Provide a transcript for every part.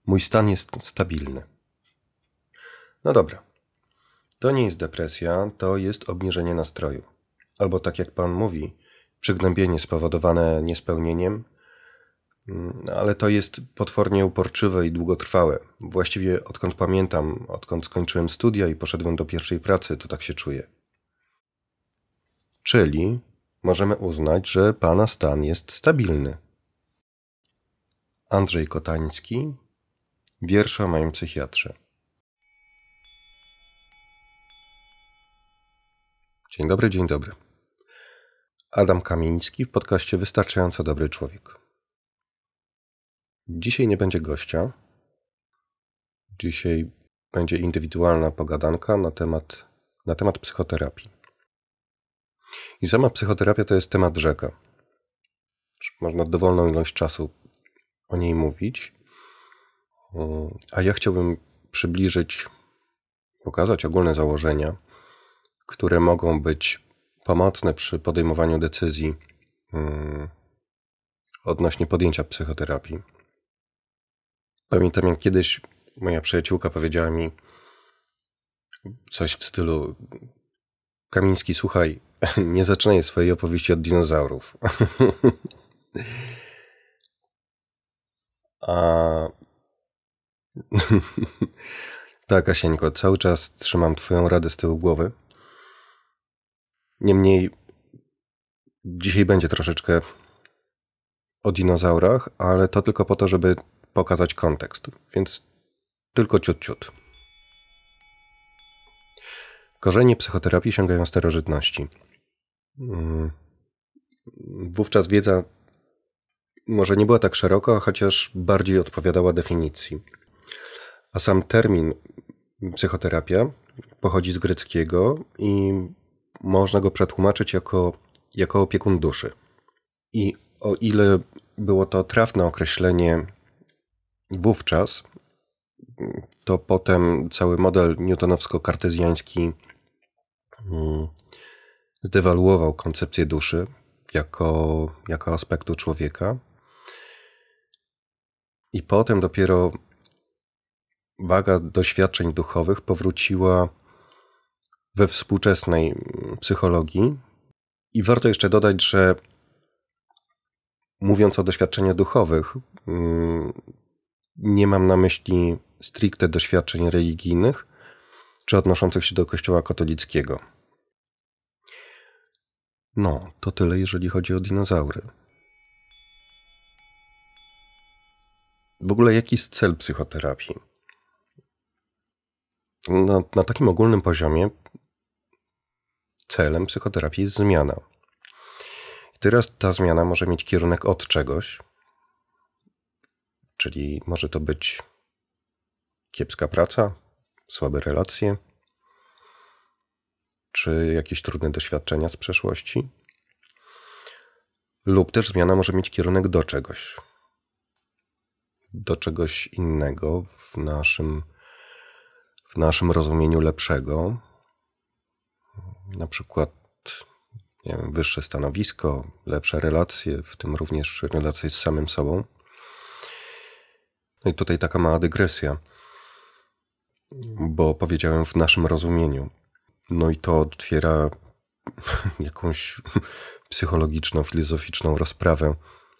Mój stan jest stabilny. No dobra. To nie jest depresja, to jest obniżenie nastroju. Albo tak jak pan mówi, przygnębienie spowodowane niespełnieniem, ale to jest potwornie uporczywe i długotrwałe. Właściwie odkąd pamiętam, odkąd skończyłem studia i poszedłem do pierwszej pracy, to tak się czuję. Czyli możemy uznać, że pana stan jest stabilny. Andrzej Kotański, wiersze o moim psychiatrze. Dzień dobry, dzień dobry. Adam Kamiński w podcaście Wystarczająco Dobry Człowiek. Dzisiaj nie będzie gościa. Dzisiaj będzie indywidualna pogadanka na temat psychoterapii. I sama psychoterapia to jest temat rzeka. Można dowolną ilość czasu o niej mówić. A ja chciałbym przybliżyć, pokazać ogólne założenia, które mogą być pomocne przy podejmowaniu decyzji odnośnie podjęcia psychoterapii. Pamiętam, jak kiedyś moja przyjaciółka powiedziała mi coś w stylu: Kamiński, słuchaj, nie zaczynaj swojej opowieści od dinozaurów. Tak, Asieńko, cały czas trzymam twoją radę z tyłu głowy. Niemniej dzisiaj będzie troszeczkę o dinozaurach, ale to tylko po to, żeby pokazać kontekst, więc tylko ciut. Korzenie psychoterapii sięgają starożytności. Wówczas wiedza może nie była tak szeroka, chociaż bardziej odpowiadała definicji. A sam termin psychoterapia pochodzi z greckiego i można go przetłumaczyć jako opiekun duszy. I o ile było to trafne określenie wówczas, to potem cały model newtonowsko-kartezjański zdewaluował koncepcję duszy jako aspektu człowieka. I potem dopiero waga doświadczeń duchowych powróciła we współczesnej psychologii. I warto jeszcze dodać, że mówiąc o doświadczeniach duchowych, nie mam na myśli stricte doświadczeń religijnych czy odnoszących się do Kościoła katolickiego. No, to tyle, jeżeli chodzi o dinozaury. W ogóle jaki jest cel psychoterapii? Na takim ogólnym poziomie celem psychoterapii jest zmiana. I teraz ta zmiana może mieć kierunek od czegoś, czyli może to być kiepska praca, słabe relacje, czy jakieś trudne doświadczenia z przeszłości. Lub też zmiana może mieć kierunek do czegoś innego w naszym rozumieniu lepszego. Na przykład, nie wiem, wyższe stanowisko, lepsze relacje, w tym również relacje z samym sobą. No i tutaj taka mała dygresja, bo powiedziałem w naszym rozumieniu. No i to otwiera jakąś psychologiczną, filozoficzną rozprawę.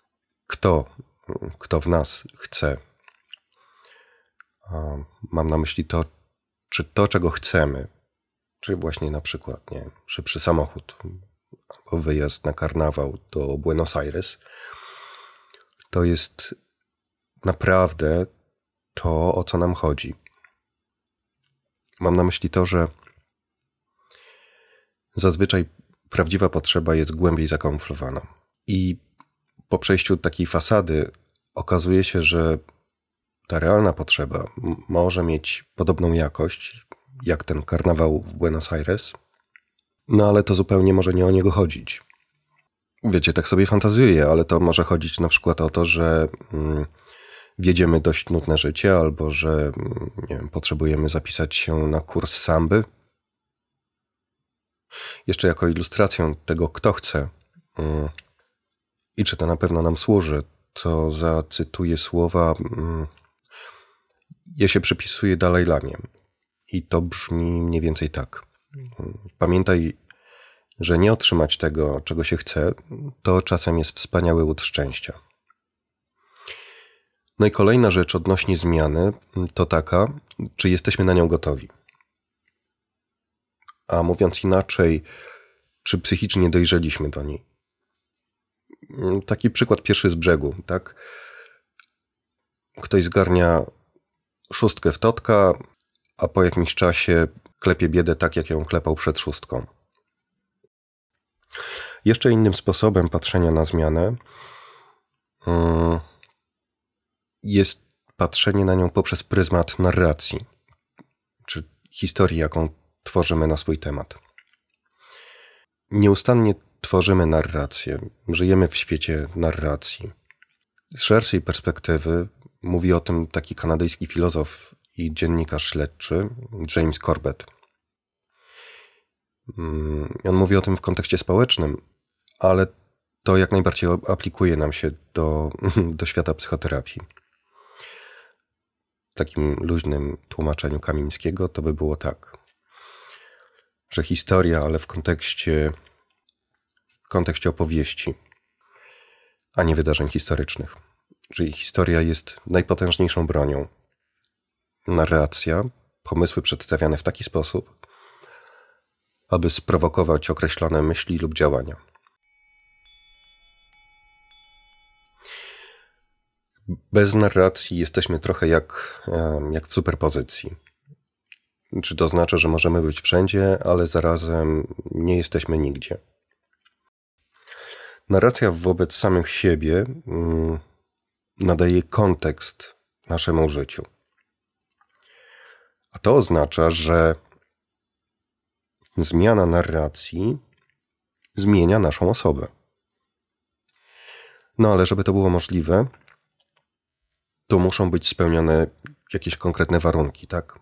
Kto w nas chce? Mam na myśli to, czy to, czego chcemy, czy właśnie na przykład, nie wiem, szybszy samochód albo wyjazd na karnawał do Buenos Aires, to jest naprawdę to, o co nam chodzi. Mam na myśli to, że zazwyczaj prawdziwa potrzeba jest głębiej zakamuflowana. I po przejściu takiej fasady okazuje się, że ta realna potrzeba może mieć podobną jakość jak ten karnawał w Buenos Aires, no ale to zupełnie może nie o niego chodzić. Wiecie, tak sobie fantazjuję, ale to może chodzić na przykład o to, że wiedziemy dość nudne życie, albo że nie wiem, potrzebujemy zapisać się na kurs samby. Jeszcze jako ilustrację tego, kto chce i czy to na pewno nam służy, to zacytuję słowa je się przypisuje Dalaj Lamie. I to brzmi mniej więcej tak. Pamiętaj, że nie otrzymać tego, czego się chce, to czasem jest wspaniały łód szczęścia. No i kolejna rzecz odnośnie zmiany to taka, czy jesteśmy na nią gotowi. A mówiąc inaczej, czy psychicznie dojrzeliśmy do niej. Taki przykład pierwszy z brzegu, tak? Ktoś zgarnia 6 w totka, a po jakimś czasie klepie biedę tak, jak ją klepał przed 6. Jeszcze innym sposobem patrzenia na zmianę jest patrzenie na nią poprzez pryzmat narracji, czy historii, jaką tworzymy na swój temat. Nieustannie tworzymy narrację, żyjemy w świecie narracji. Z szerszej perspektywy mówi o tym taki kanadyjski filozof i dziennikarz śledczy James Corbett. On mówi o tym w kontekście społecznym, ale to jak najbardziej aplikuje nam się do świata psychoterapii. W takim luźnym tłumaczeniu Kamińskiego to by było tak, że historia, ale w kontekście opowieści, a nie wydarzeń historycznych. Czyli historia jest najpotężniejszą bronią. Narracja, pomysły przedstawiane w taki sposób, aby sprowokować określone myśli lub działania. Bez narracji jesteśmy trochę jak w superpozycji. Czy to znaczy, że możemy być wszędzie, ale zarazem nie jesteśmy nigdzie. Narracja wobec samych siebie nadaje kontekst naszemu życiu. A to oznacza, że zmiana narracji zmienia naszą osobę. No ale żeby to było możliwe, to muszą być spełnione jakieś konkretne warunki, tak?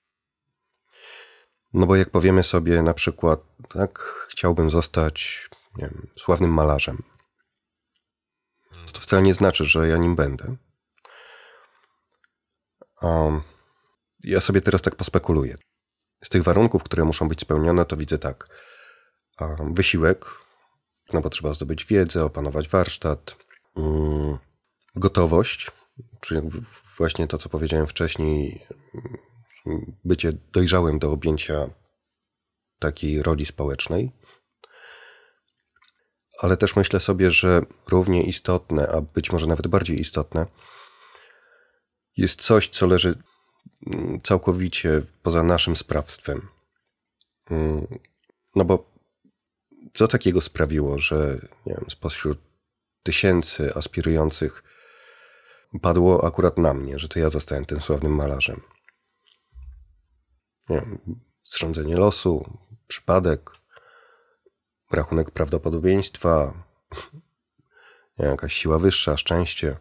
No bo jak powiemy sobie na przykład, tak, chciałbym zostać, nie wiem, sławnym malarzem, to wcale nie znaczy, że ja nim będę. Ja sobie teraz tak pospekuluję. Z tych warunków, które muszą być spełnione, to widzę tak. Wysiłek, no bo trzeba zdobyć wiedzę, opanować warsztat, gotowość, czyli właśnie to, co powiedziałem wcześniej, bycie dojrzałym do objęcia takiej roli społecznej. Ale też myślę sobie, że równie istotne, a być może nawet bardziej istotne, jest coś, co leży całkowicie poza naszym sprawstwem. No bo co takiego sprawiło, że nie wiem, spośród tysięcy aspirujących padło akurat na mnie, że to ja zostałem tym sławnym malarzem? Nie wiem, zrządzenie losu, przypadek, rachunek prawdopodobieństwa, nie wiem, jakaś siła wyższa, szczęście.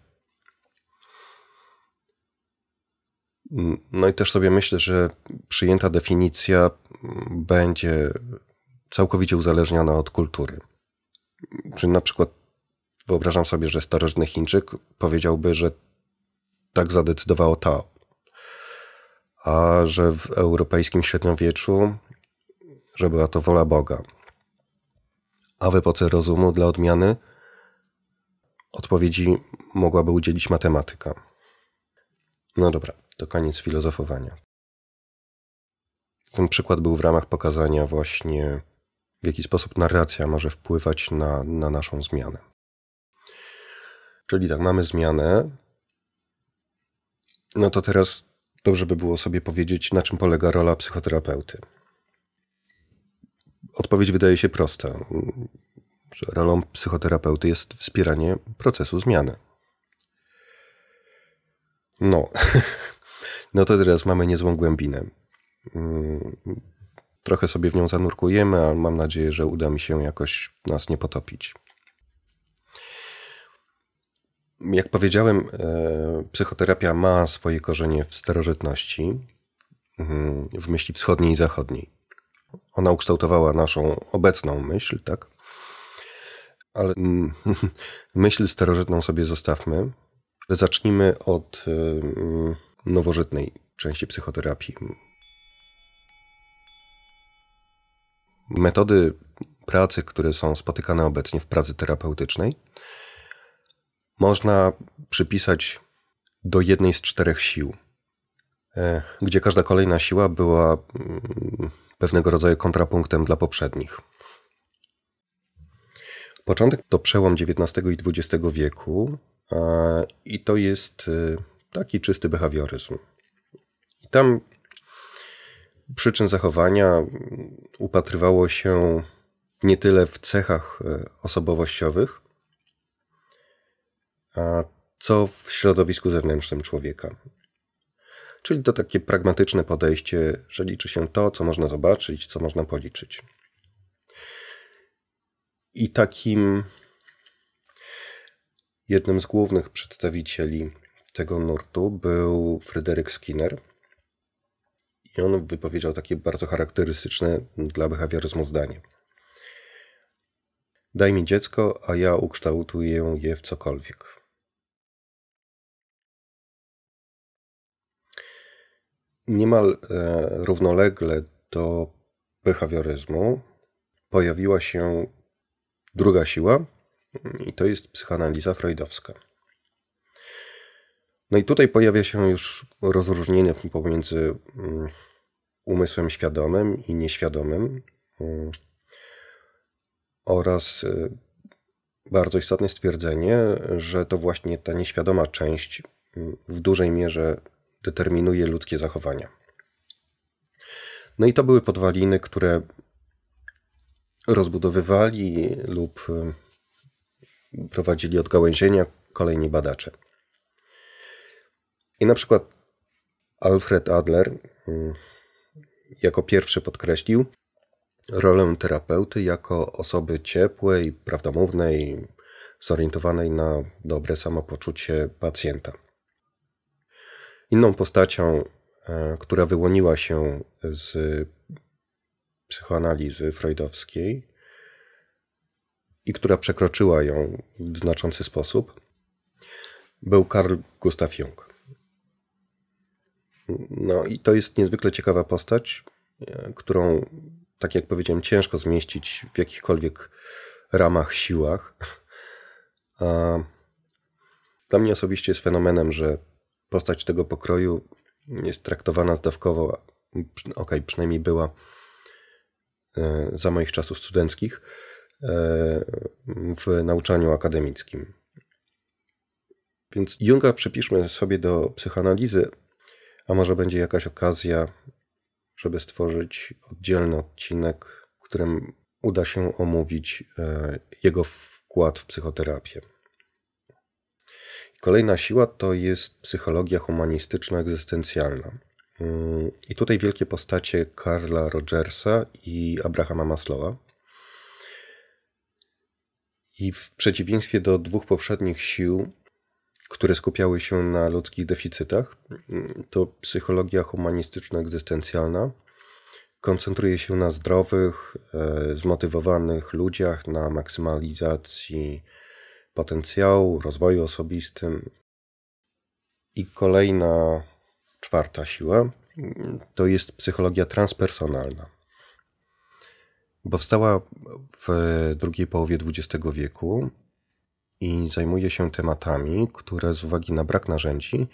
No i też sobie myślę, że przyjęta definicja będzie całkowicie uzależniona od kultury. Czyli na przykład wyobrażam sobie, że starożytny Chińczyk powiedziałby, że tak zadecydowało Tao, a że w europejskim średniowieczu, że była to wola Boga. A w epoce rozumu dla odmiany odpowiedzi mogłaby udzielić matematyka. No dobra, to koniec filozofowania. Ten przykład był w ramach pokazania właśnie, w jaki sposób narracja może wpływać na naszą zmianę. Czyli tak, mamy zmianę. No to teraz dobrze by było sobie powiedzieć, na czym polega rola psychoterapeuty. Odpowiedź wydaje się prosta, że rolą psychoterapeuty jest wspieranie procesu zmiany. No, no to teraz mamy niezłą głębinę. Trochę sobie w nią zanurkujemy, ale mam nadzieję, że uda mi się jakoś nas nie potopić. Jak powiedziałem, psychoterapia ma swoje korzenie w starożytności, w myśli wschodniej i zachodniej. Ona ukształtowała naszą obecną myśl, tak? Ale myśl starożytną sobie zostawmy. Zacznijmy od nowożytnej części psychoterapii. Metody pracy, które są spotykane obecnie w pracy terapeutycznej, można przypisać do jednej z 4 sił, gdzie każda kolejna siła była pewnego rodzaju kontrapunktem dla poprzednich. Początek to przełom XIX i XX wieku i to jest taki czysty behawioryzm. I tam przyczyn zachowania upatrywało się nie tyle w cechach osobowościowych, co w środowisku zewnętrznym człowieka. Czyli to takie pragmatyczne podejście, że liczy się to, co można zobaczyć, co można policzyć. I takim jednym z głównych przedstawicieli tego nurtu był Fryderyk Skinner. I on wypowiedział takie bardzo charakterystyczne dla behawioryzmu zdanie. Daj mi dziecko, a ja ukształtuję je w cokolwiek. Niemal równolegle do behawioryzmu pojawiła się druga siła i to jest psychoanaliza freudowska. No i tutaj pojawia się już rozróżnienie pomiędzy umysłem świadomym i nieświadomym oraz bardzo istotne stwierdzenie, że to właśnie ta nieświadoma część w dużej mierze determinuje ludzkie zachowania. No i to były podwaliny, które rozbudowywali lub prowadzili odgałęzienia kolejni badacze. I na przykład Alfred Adler jako pierwszy podkreślił rolę terapeuty jako osoby ciepłej, prawdomównej, zorientowanej na dobre samopoczucie pacjenta. Inną postacią, która wyłoniła się z psychoanalizy freudowskiej i która przekroczyła ją w znaczący sposób, był Carl Gustav Jung. No i to jest niezwykle ciekawa postać, którą, tak jak powiedziałem, ciężko zmieścić w jakichkolwiek ramach, siłach. Dla mnie osobiście jest fenomenem, że postać tego pokroju jest traktowana zdawkowo, przynajmniej była za moich czasów studenckich, w nauczaniu akademickim. Więc Junga przypiszmy sobie do psychoanalizy, a może będzie jakaś okazja, żeby stworzyć oddzielny odcinek, w którym uda się omówić jego wkład w psychoterapię. Kolejna siła to jest psychologia humanistyczno-egzystencjalna. I tutaj wielkie postacie Carla Rogersa i Abrahama Maslowa. I w przeciwieństwie do 2 poprzednich sił, które skupiały się na ludzkich deficytach, to psychologia humanistyczno-egzystencjalna koncentruje się na zdrowych, zmotywowanych ludziach, na maksymalizacji potencjału, rozwoju osobistym. I kolejna 4. siła to jest psychologia transpersonalna. Powstała w drugiej połowie XX wieku i zajmuje się tematami, które z uwagi na brak narzędzi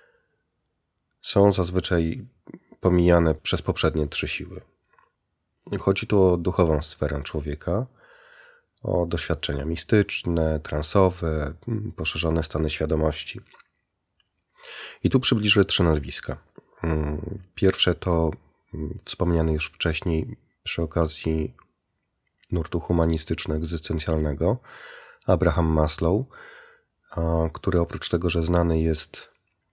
są zazwyczaj pomijane przez poprzednie 3 siły. Chodzi tu o duchową sferę człowieka, o doświadczenia mistyczne, transowe, poszerzone stany świadomości. I tu przybliżę 3 nazwiska. Pierwsze to wspomniany już wcześniej przy okazji nurtu humanistyczno-egzystencjalnego Abraham Maslow, który oprócz tego, że znany jest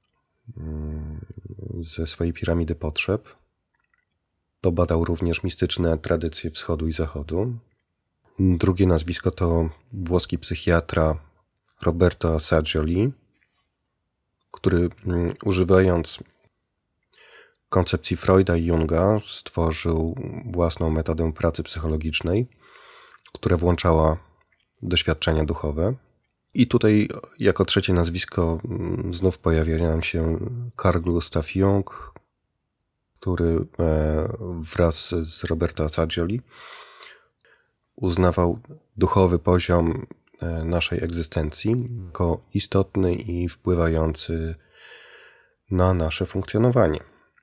ze swojej piramidy potrzeb, to badał również mistyczne tradycje wschodu i zachodu. Drugie nazwisko to włoski psychiatra Roberto Assagioli, który używając koncepcji Freuda i Junga stworzył własną metodę pracy psychologicznej, która włączała doświadczenia duchowe. I tutaj jako trzecie nazwisko znów pojawia nam się Carl Gustav Jung, który wraz z Roberto Assagioli uznawał duchowy poziom naszej egzystencji jako istotny i wpływający na nasze funkcjonowanie.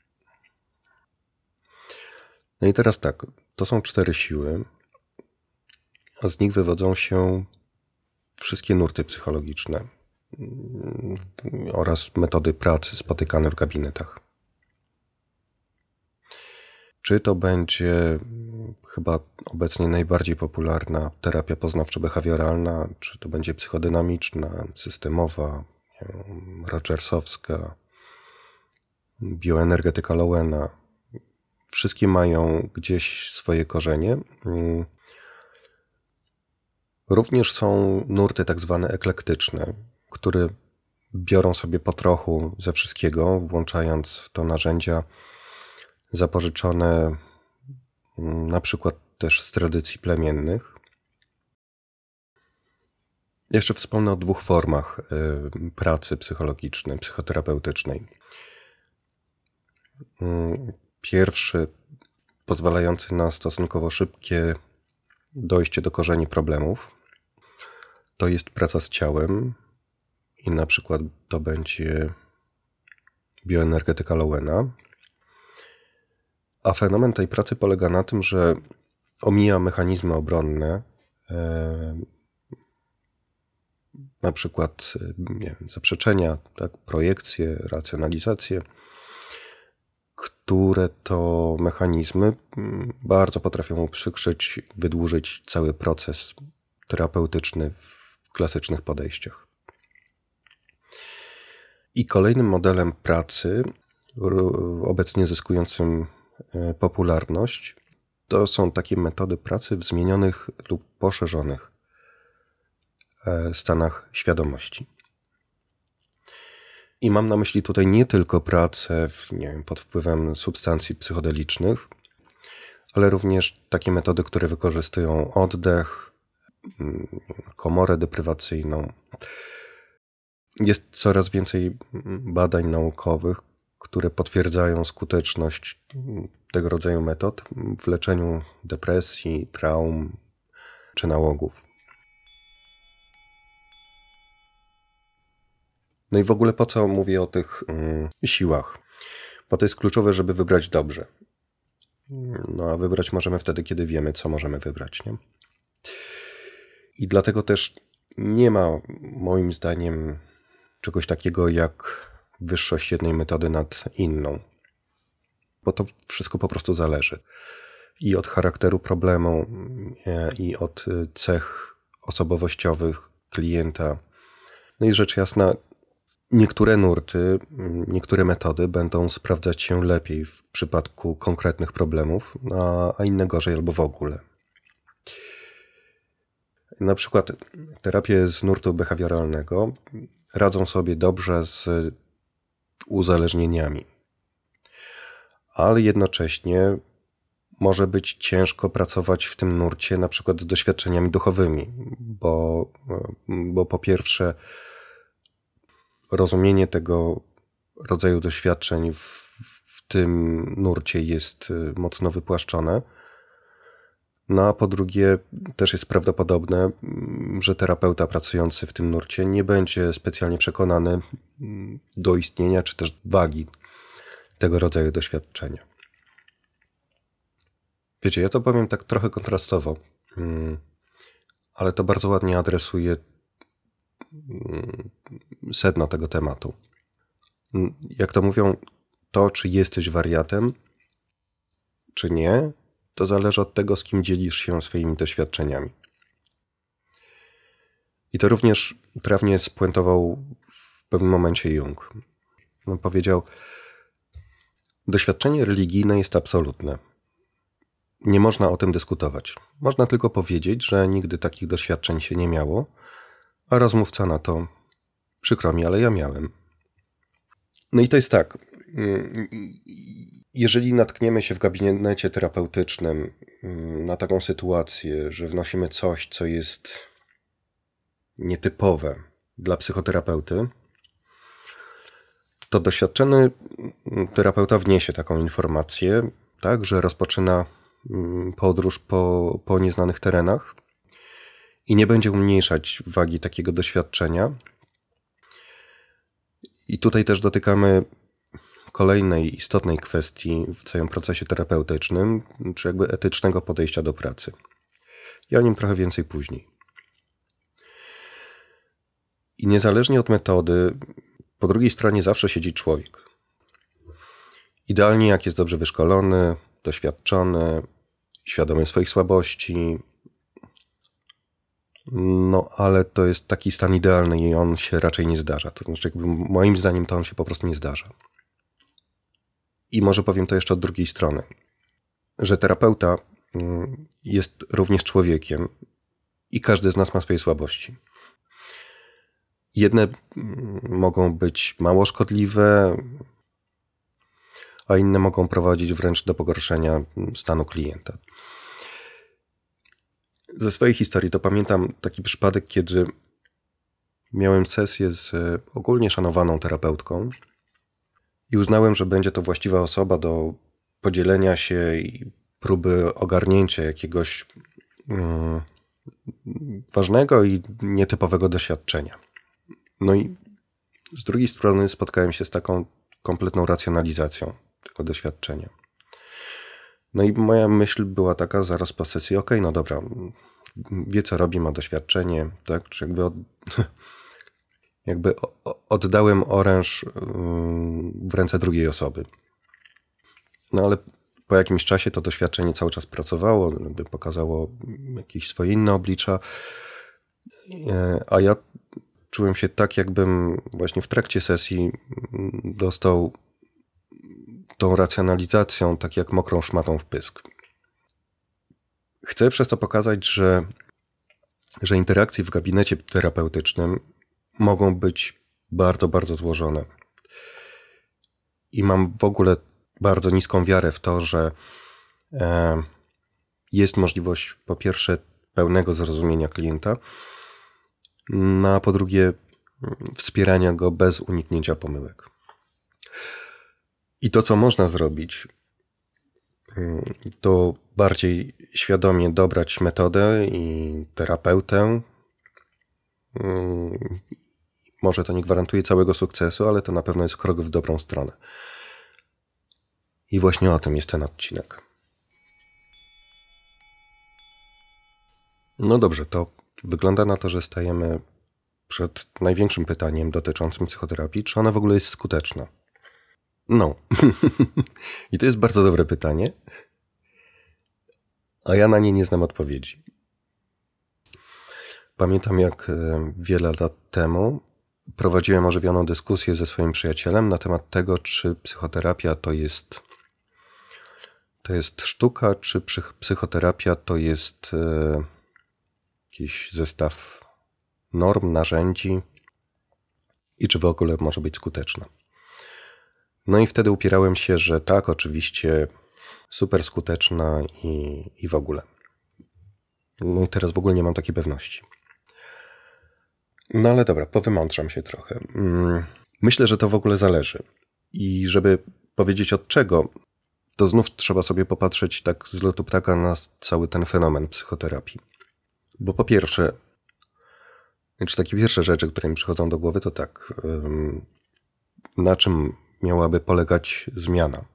No i teraz tak, to są 4 siły, a z nich wywodzą się wszystkie nurty psychologiczne oraz metody pracy spotykane w gabinetach. Czy to będzie chyba obecnie najbardziej popularna terapia poznawczo-behawioralna, czy to będzie psychodynamiczna, systemowa, rogersowska, bioenergetyka Lowena. Wszystkie mają gdzieś swoje korzenie. Również są nurty tak zwane eklektyczne, które biorą sobie po trochu ze wszystkiego, włączając w to narzędzia zapożyczone na przykład też z tradycji plemiennych. Jeszcze wspomnę o 2 formach pracy psychologicznej, psychoterapeutycznej. Pierwszy, pozwalający na stosunkowo szybkie dojście do korzeni problemów, to jest praca z ciałem i na przykład to będzie bioenergetyka Lowena. A fenomen tej pracy polega na tym, że omija mechanizmy obronne, na przykład zaprzeczenia, tak, projekcje, racjonalizacje, które to mechanizmy bardzo potrafią uprzykrzyć, wydłużyć cały proces terapeutyczny w klasycznych podejściach. I kolejnym modelem pracy, obecnie zyskującym popularność, to są takie metody pracy w zmienionych lub poszerzonych stanach świadomości. I mam na myśli tutaj nie tylko pracę pod wpływem substancji psychodelicznych, ale również takie metody, które wykorzystują oddech, komorę deprywacyjną. Jest coraz więcej badań naukowych, które potwierdzają skuteczność tego rodzaju metod w leczeniu depresji, traum czy nałogów. No i w ogóle po co mówię o tych siłach? Bo to jest kluczowe, żeby wybrać dobrze. No a wybrać możemy wtedy, kiedy wiemy, co możemy wybrać, nie? I dlatego też nie ma, moim zdaniem, czegoś takiego jak wyższość jednej metody nad inną. Bo to wszystko po prostu zależy. I od charakteru problemu, i od cech osobowościowych klienta. No i rzecz jasna, niektóre nurty, niektóre metody będą sprawdzać się lepiej w przypadku konkretnych problemów, a inne gorzej albo w ogóle. Na przykład terapie z nurtu behawioralnego radzą sobie dobrze z uzależnieniami, ale jednocześnie może być ciężko pracować w tym nurcie na przykład z doświadczeniami duchowymi, bo po pierwsze rozumienie tego rodzaju doświadczeń w tym nurcie jest mocno wypłaszczone, no a po drugie też jest prawdopodobne, że terapeuta pracujący w tym nurcie nie będzie specjalnie przekonany do istnienia czy też wagi tego rodzaju doświadczenia. Wiecie, ja to powiem tak trochę kontrastowo, ale to bardzo ładnie adresuje sedno tego tematu. Jak to mówią, to czy jesteś wariatem, czy nie, to zależy od tego, z kim dzielisz się swoimi doświadczeniami. I to również trafnie spuentował w pewnym momencie Jung. On powiedział, doświadczenie religijne jest absolutne. Nie można o tym dyskutować. Można tylko powiedzieć, że nigdy takich doświadczeń się nie miało, a rozmówca na to, przykro mi, ale ja miałem. No i to jest tak, jeżeli natkniemy się w gabinecie terapeutycznym na taką sytuację, że wnosimy coś, co jest nietypowe dla psychoterapeuty, to doświadczony terapeuta wniesie taką informację, tak, że rozpoczyna podróż po nieznanych terenach i nie będzie umniejszać wagi takiego doświadczenia. I tutaj też dotykamy kolejnej istotnej kwestii w całym procesie terapeutycznym, czy jakby etycznego podejścia do pracy. I o nim trochę więcej później. I niezależnie od metody, po drugiej stronie zawsze siedzi człowiek. Idealnie jak jest dobrze wyszkolony, doświadczony, świadomy swoich słabości. No ale to jest taki stan idealny i on się raczej nie zdarza. To znaczy jakby moim zdaniem to on się po prostu nie zdarza. I może powiem to jeszcze od drugiej strony, że terapeuta jest również człowiekiem i każdy z nas ma swoje słabości. Jedne mogą być mało szkodliwe, a inne mogą prowadzić wręcz do pogorszenia stanu klienta. Ze swojej historii to pamiętam taki przypadek, kiedy miałem sesję z ogólnie szanowaną terapeutką i uznałem, że będzie to właściwa osoba do podzielenia się i próby ogarnięcia jakiegoś ważnego i nietypowego doświadczenia. No i z drugiej strony spotkałem się z taką kompletną racjonalizacją tego doświadczenia. No i moja myśl była taka zaraz po sesji, okej, no dobra, wie co robi, ma doświadczenie, tak? Czy jakby oddałem oręż w ręce drugiej osoby. No ale po jakimś czasie to doświadczenie cały czas pracowało, pokazało jakieś swoje inne oblicza, a ja czułem się tak, jakbym właśnie w trakcie sesji dostał tą racjonalizacją, tak jak mokrą szmatą w pysk. Chcę przez to pokazać, że interakcje w gabinecie terapeutycznym mogą być bardzo, bardzo złożone. I mam w ogóle bardzo niską wiarę w to, że jest możliwość po pierwsze pełnego zrozumienia klienta, a po drugie wspierania go bez uniknięcia pomyłek. I to, co można zrobić, to bardziej świadomie dobrać metodę i terapeutę. Może to nie gwarantuje całego sukcesu, ale to na pewno jest krok w dobrą stronę. I właśnie o tym jest ten odcinek. No dobrze, to wygląda na to, że stajemy przed największym pytaniem dotyczącym psychoterapii, czy ona w ogóle jest skuteczna. No. I to jest bardzo dobre pytanie, a ja na nie nie znam odpowiedzi. Pamiętam, jak wiele lat temu prowadziłem ożywioną dyskusję ze swoim przyjacielem na temat tego, czy psychoterapia to jest sztuka, czy psychoterapia to jest jakiś zestaw norm, narzędzi i czy w ogóle może być skuteczna. No i wtedy upierałem się, że tak, oczywiście super skuteczna i w ogóle. No i teraz w ogóle nie mam takiej pewności. No ale dobra, powymądrzam się trochę. Myślę, że to w ogóle zależy. I żeby powiedzieć od czego, to znów trzeba sobie popatrzeć tak z lotu ptaka na cały ten fenomen psychoterapii. Bo po pierwsze, takie pierwsze rzeczy, które mi przychodzą do głowy, to tak, na czym miałaby polegać zmiana?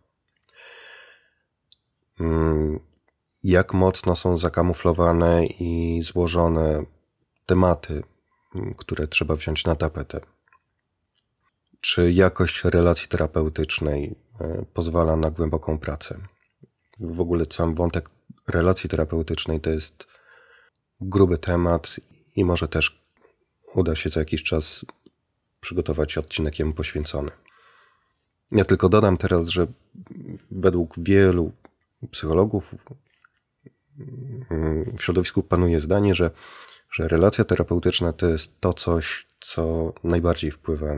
Jak mocno są zakamuflowane i złożone tematy, które trzeba wziąć na tapetę? Czy jakość relacji terapeutycznej pozwala na głęboką pracę? W ogóle sam wątek relacji terapeutycznej to jest gruby temat i może też uda się za jakiś czas przygotować odcinek jemu poświęcony. Ja tylko dodam teraz, że według wielu psychologów w środowisku panuje zdanie, że relacja terapeutyczna to jest to coś, co najbardziej wpływa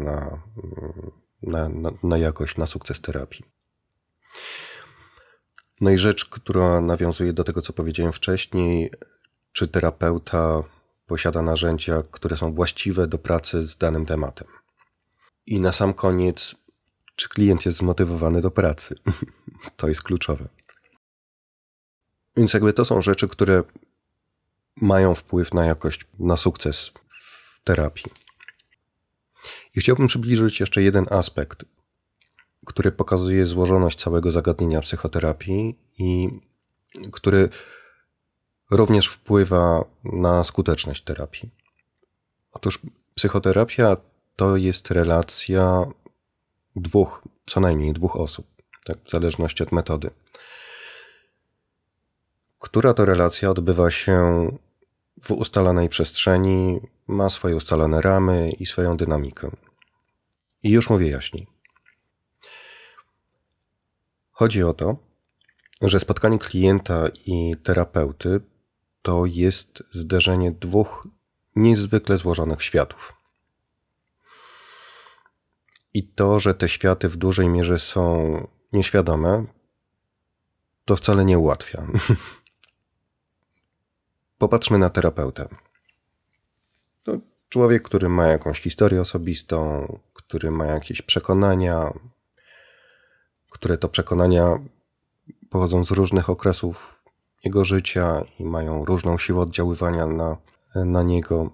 na jakość, na sukces terapii. No i rzecz, która nawiązuje do tego, co powiedziałem wcześniej, czy terapeuta posiada narzędzia, które są właściwe do pracy z danym tematem. I na sam koniec, czy klient jest zmotywowany do pracy? To jest kluczowe. Więc jakby to są rzeczy, które mają wpływ na jakość, na sukces w terapii. I chciałbym przybliżyć jeszcze jeden aspekt, który pokazuje złożoność całego zagadnienia psychoterapii i który również wpływa na skuteczność terapii. Otóż psychoterapia to jest relacja co najmniej dwóch osób, tak, w zależności od metody, która to relacja odbywa się w ustalonej przestrzeni, ma swoje ustalone ramy i swoją dynamikę. I już mówię jaśniej. Chodzi o to, że spotkanie klienta i terapeuty to jest zderzenie dwóch niezwykle złożonych światów. I to, że te światy w dużej mierze są nieświadome, to wcale nie ułatwia. Popatrzmy na terapeutę. To człowiek, który ma jakąś historię osobistą, który ma jakieś przekonania, które to przekonania pochodzą z różnych okresów jego życia i mają różną siłę oddziaływania na niego.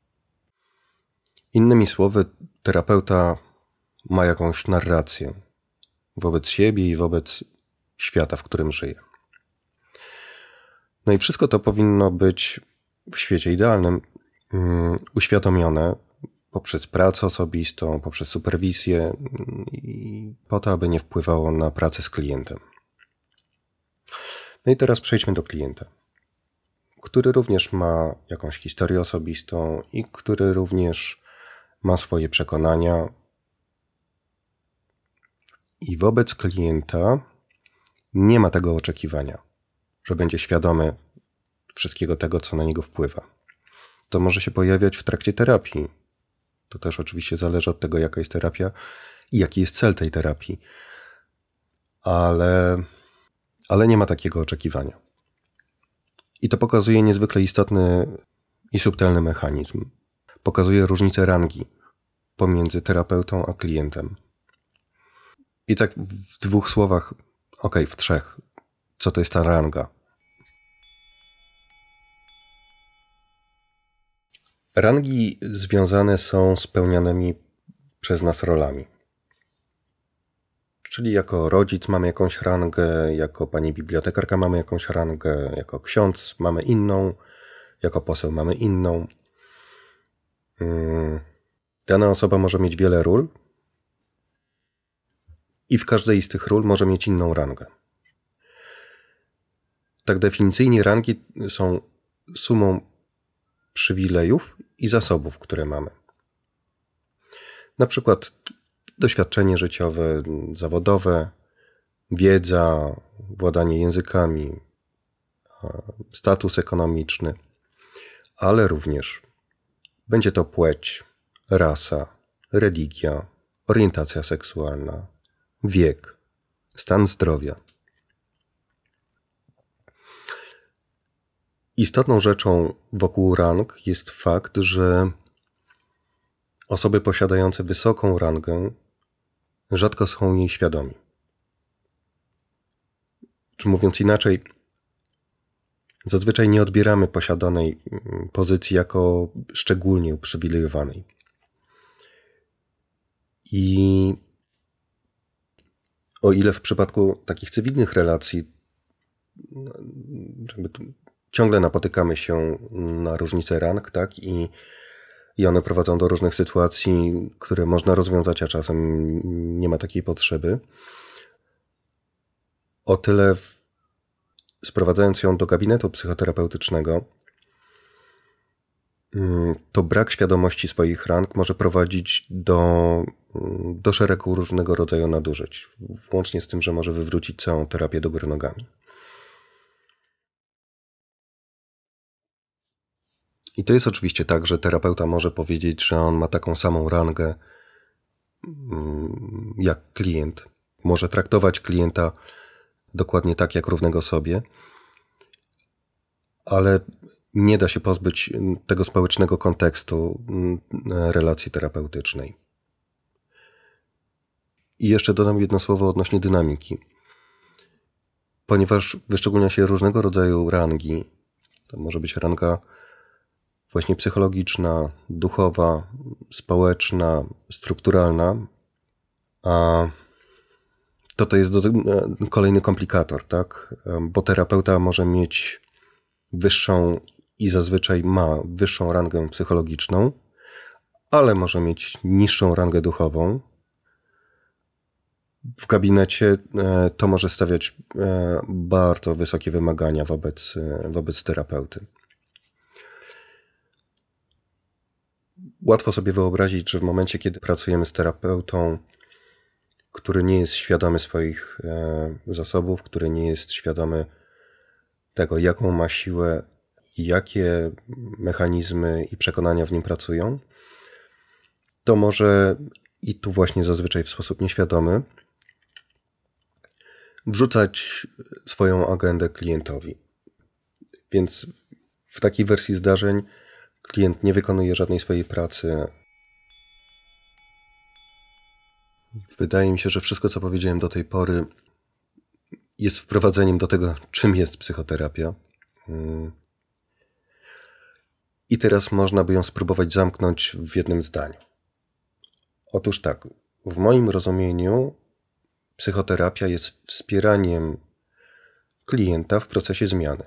Innymi słowy, terapeuta ma jakąś narrację wobec siebie i wobec świata, w którym żyje. No i wszystko to powinno być w świecie idealnym uświadomione poprzez pracę osobistą, poprzez superwizję i po to, aby nie wpływało na pracę z klientem. No i teraz przejdźmy do klienta, który również ma jakąś historię osobistą i który również ma swoje przekonania. I wobec klienta nie ma tego oczekiwania, że będzie świadomy wszystkiego tego, co na niego wpływa. To może się pojawiać w trakcie terapii. To też oczywiście zależy od tego, jaka jest terapia i jaki jest cel tej terapii. Ale nie ma takiego oczekiwania. I to pokazuje niezwykle istotny i subtelny mechanizm. Pokazuje różnicę rangi pomiędzy terapeutą a klientem. I tak w dwóch słowach, w trzech, co to jest ta ranga? Rangi związane są z pełnianymi przez nas rolami. Czyli jako rodzic mamy jakąś rangę, jako pani bibliotekarka mamy jakąś rangę, jako ksiądz mamy inną, jako poseł mamy inną. Dana osoba może mieć wiele ról i w każdej z tych ról może mieć inną rangę. Tak definicyjnie rangi są sumą przywilejów i zasobów, które mamy. Na przykład doświadczenie życiowe, zawodowe, wiedza, władanie językami, status ekonomiczny, ale również będzie to płeć, rasa, religia, orientacja seksualna, wiek, stan zdrowia. Istotną rzeczą wokół rang jest fakt, że osoby posiadające wysoką rangę rzadko są jej świadomi. Czy mówiąc inaczej, zazwyczaj nie odbieramy posiadanej pozycji jako szczególnie uprzywilejowanej. I o ile w przypadku takich cywilnych relacji ciągle napotykamy się na różnice rang, tak? I one prowadzą do różnych sytuacji, które można rozwiązać, a czasem nie ma takiej potrzeby. O tyle sprowadzając ją do gabinetu psychoterapeutycznego, to brak świadomości swoich rang może prowadzić do szeregu różnego rodzaju nadużyć, włącznie z tym, że może wywrócić całą terapię do góry nogami. I to jest oczywiście tak, że terapeuta może powiedzieć, że on ma taką samą rangę jak klient. Może traktować klienta dokładnie tak jak równego sobie, ale nie da się pozbyć tego społecznego kontekstu relacji terapeutycznej. I jeszcze dodam jedno słowo odnośnie dynamiki. Ponieważ wyszczególnia się różnego rodzaju rangi, to może być ranga właśnie psychologiczna, duchowa, społeczna, strukturalna, a to jest kolejny komplikator, tak? Bo terapeuta może mieć wyższą i zazwyczaj ma wyższą rangę psychologiczną, ale może mieć niższą rangę duchową. W gabinecie to może stawiać bardzo wysokie wymagania wobec terapeuty. Łatwo sobie wyobrazić, że w momencie, kiedy pracujemy z terapeutą, który nie jest świadomy swoich zasobów, który nie jest świadomy tego, jaką ma siłę i jakie mechanizmy i przekonania w nim pracują, to może, i tu właśnie zazwyczaj w sposób nieświadomy, wrzucać swoją agendę klientowi. Więc w takiej wersji zdarzeń klient nie wykonuje żadnej swojej pracy. Wydaje mi się, że wszystko, co powiedziałem do tej pory, jest wprowadzeniem do tego, czym jest psychoterapia. I teraz można by ją spróbować zamknąć w jednym zdaniu. Otóż tak, w moim rozumieniu psychoterapia jest wspieraniem klienta w procesie zmiany.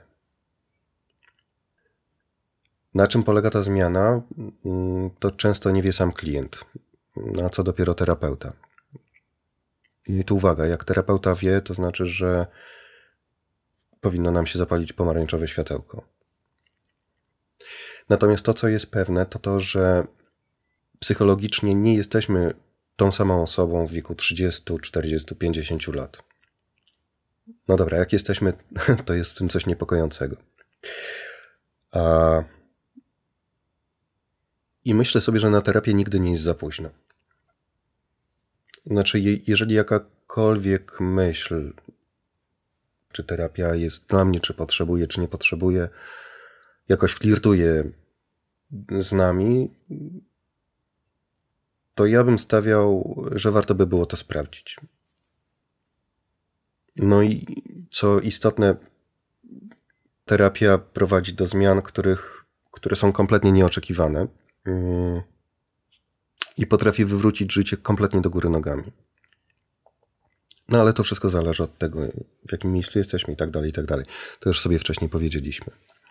Na czym polega ta zmiana, to często nie wie sam klient, a co dopiero terapeuta. I tu uwaga, jak terapeuta wie, to znaczy, że powinno nam się zapalić pomarańczowe światełko. Natomiast to, co jest pewne, to to, że psychologicznie nie jesteśmy tą samą osobą w wieku 30, 40, 50 lat. No dobra, jak jesteśmy, to jest w tym coś niepokojącego. I myślę sobie, że na terapię nigdy nie jest za późno. Znaczy, jeżeli jakakolwiek myśl, czy terapia jest dla mnie, czy potrzebuję, czy nie potrzebuję, jakoś flirtuje z nami, to ja bym stawiał, że warto by było to sprawdzić. No i co istotne, terapia prowadzi do zmian, które są kompletnie nieoczekiwane i potrafi wywrócić życie kompletnie do góry nogami. No ale to wszystko zależy od tego, w jakim miejscu jesteśmy i tak dalej, i tak dalej. To już sobie wcześniej powiedzieliśmy.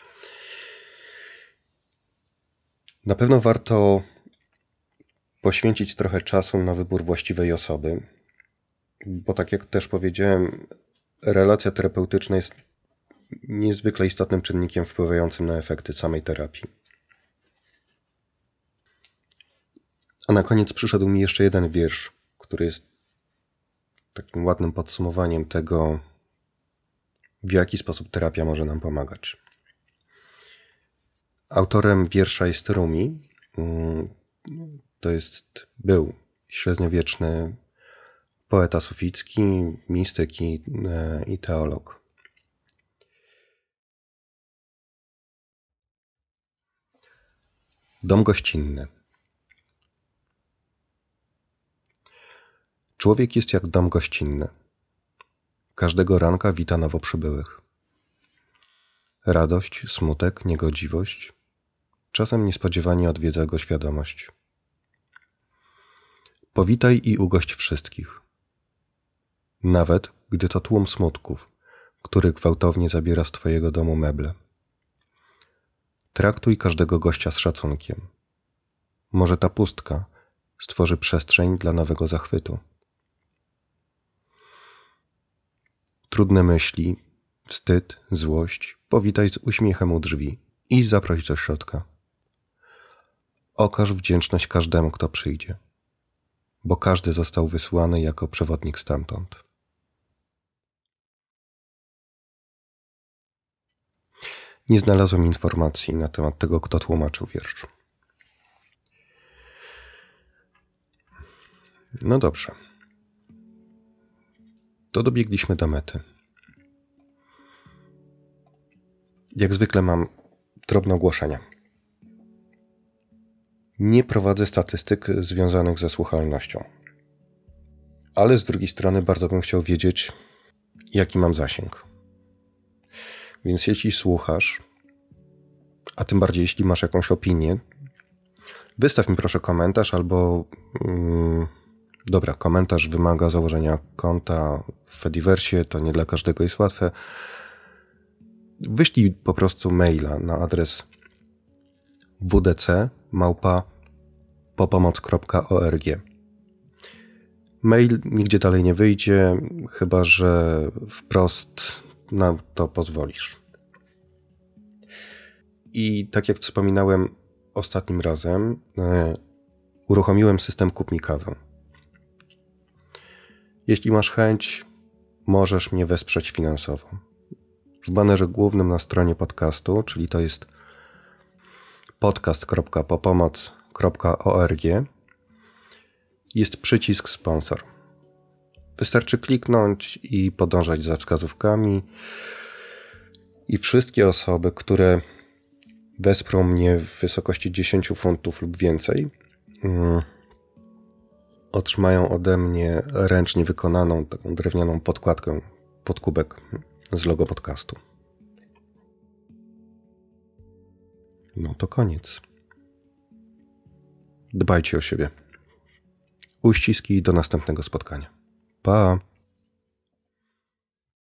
Na pewno warto poświęcić trochę czasu na wybór właściwej osoby, bo tak jak też powiedziałem, relacja terapeutyczna jest niezwykle istotnym czynnikiem wpływającym na efekty samej terapii. A na koniec przyszedł mi jeszcze jeden wiersz, który jest takim ładnym podsumowaniem tego, w jaki sposób terapia może nam pomagać. Autorem wiersza jest Rumi. Był średniowieczny poeta suficki, mistyk i teolog. Dom gościnny. Człowiek jest jak dom gościnny. Każdego ranka wita nowo przybyłych. Radość, smutek, niegodziwość. Czasem niespodziewanie odwiedza go świadomość. Powitaj i ugość wszystkich. Nawet gdy to tłum smutków, który gwałtownie zabiera z twojego domu meble. Traktuj każdego gościa z szacunkiem. Może ta pustka stworzy przestrzeń dla nowego zachwytu. Trudne myśli, wstyd, złość powitaj z uśmiechem u drzwi i zaproś do środka. Okaż wdzięczność każdemu, kto przyjdzie, bo każdy został wysłany jako przewodnik stamtąd. Nie znalazłem informacji na temat tego, kto tłumaczył wiersz. No dobrze. To dobiegliśmy do mety. Jak zwykle mam drobne ogłoszenia. Nie prowadzę statystyk związanych ze słuchalnością. Ale z drugiej strony bardzo bym chciał wiedzieć, jaki mam zasięg. Więc jeśli słuchasz, a tym bardziej jeśli masz jakąś opinię, wystaw mi proszę komentarz albo... Dobra, komentarz wymaga założenia konta w Fediversie, to nie dla każdego jest łatwe. Wyślij po prostu maila na adres wdc@popomoc.org. Mail nigdzie dalej nie wyjdzie, chyba że wprost na to pozwolisz. I tak jak wspominałem ostatnim razem, uruchomiłem system Kup mi kawę. Jeśli masz chęć, możesz mnie wesprzeć finansowo. W banerze głównym na stronie podcastu, czyli to jest podcast.popomoc.org, jest przycisk sponsor. Wystarczy kliknąć i podążać za wskazówkami i wszystkie osoby, które wesprą mnie w wysokości 10 funtów lub więcej, otrzymają ode mnie ręcznie wykonaną taką drewnianą podkładkę pod kubek z logo podcastu. No to koniec. Dbajcie o siebie. Uściski i do następnego spotkania. Pa!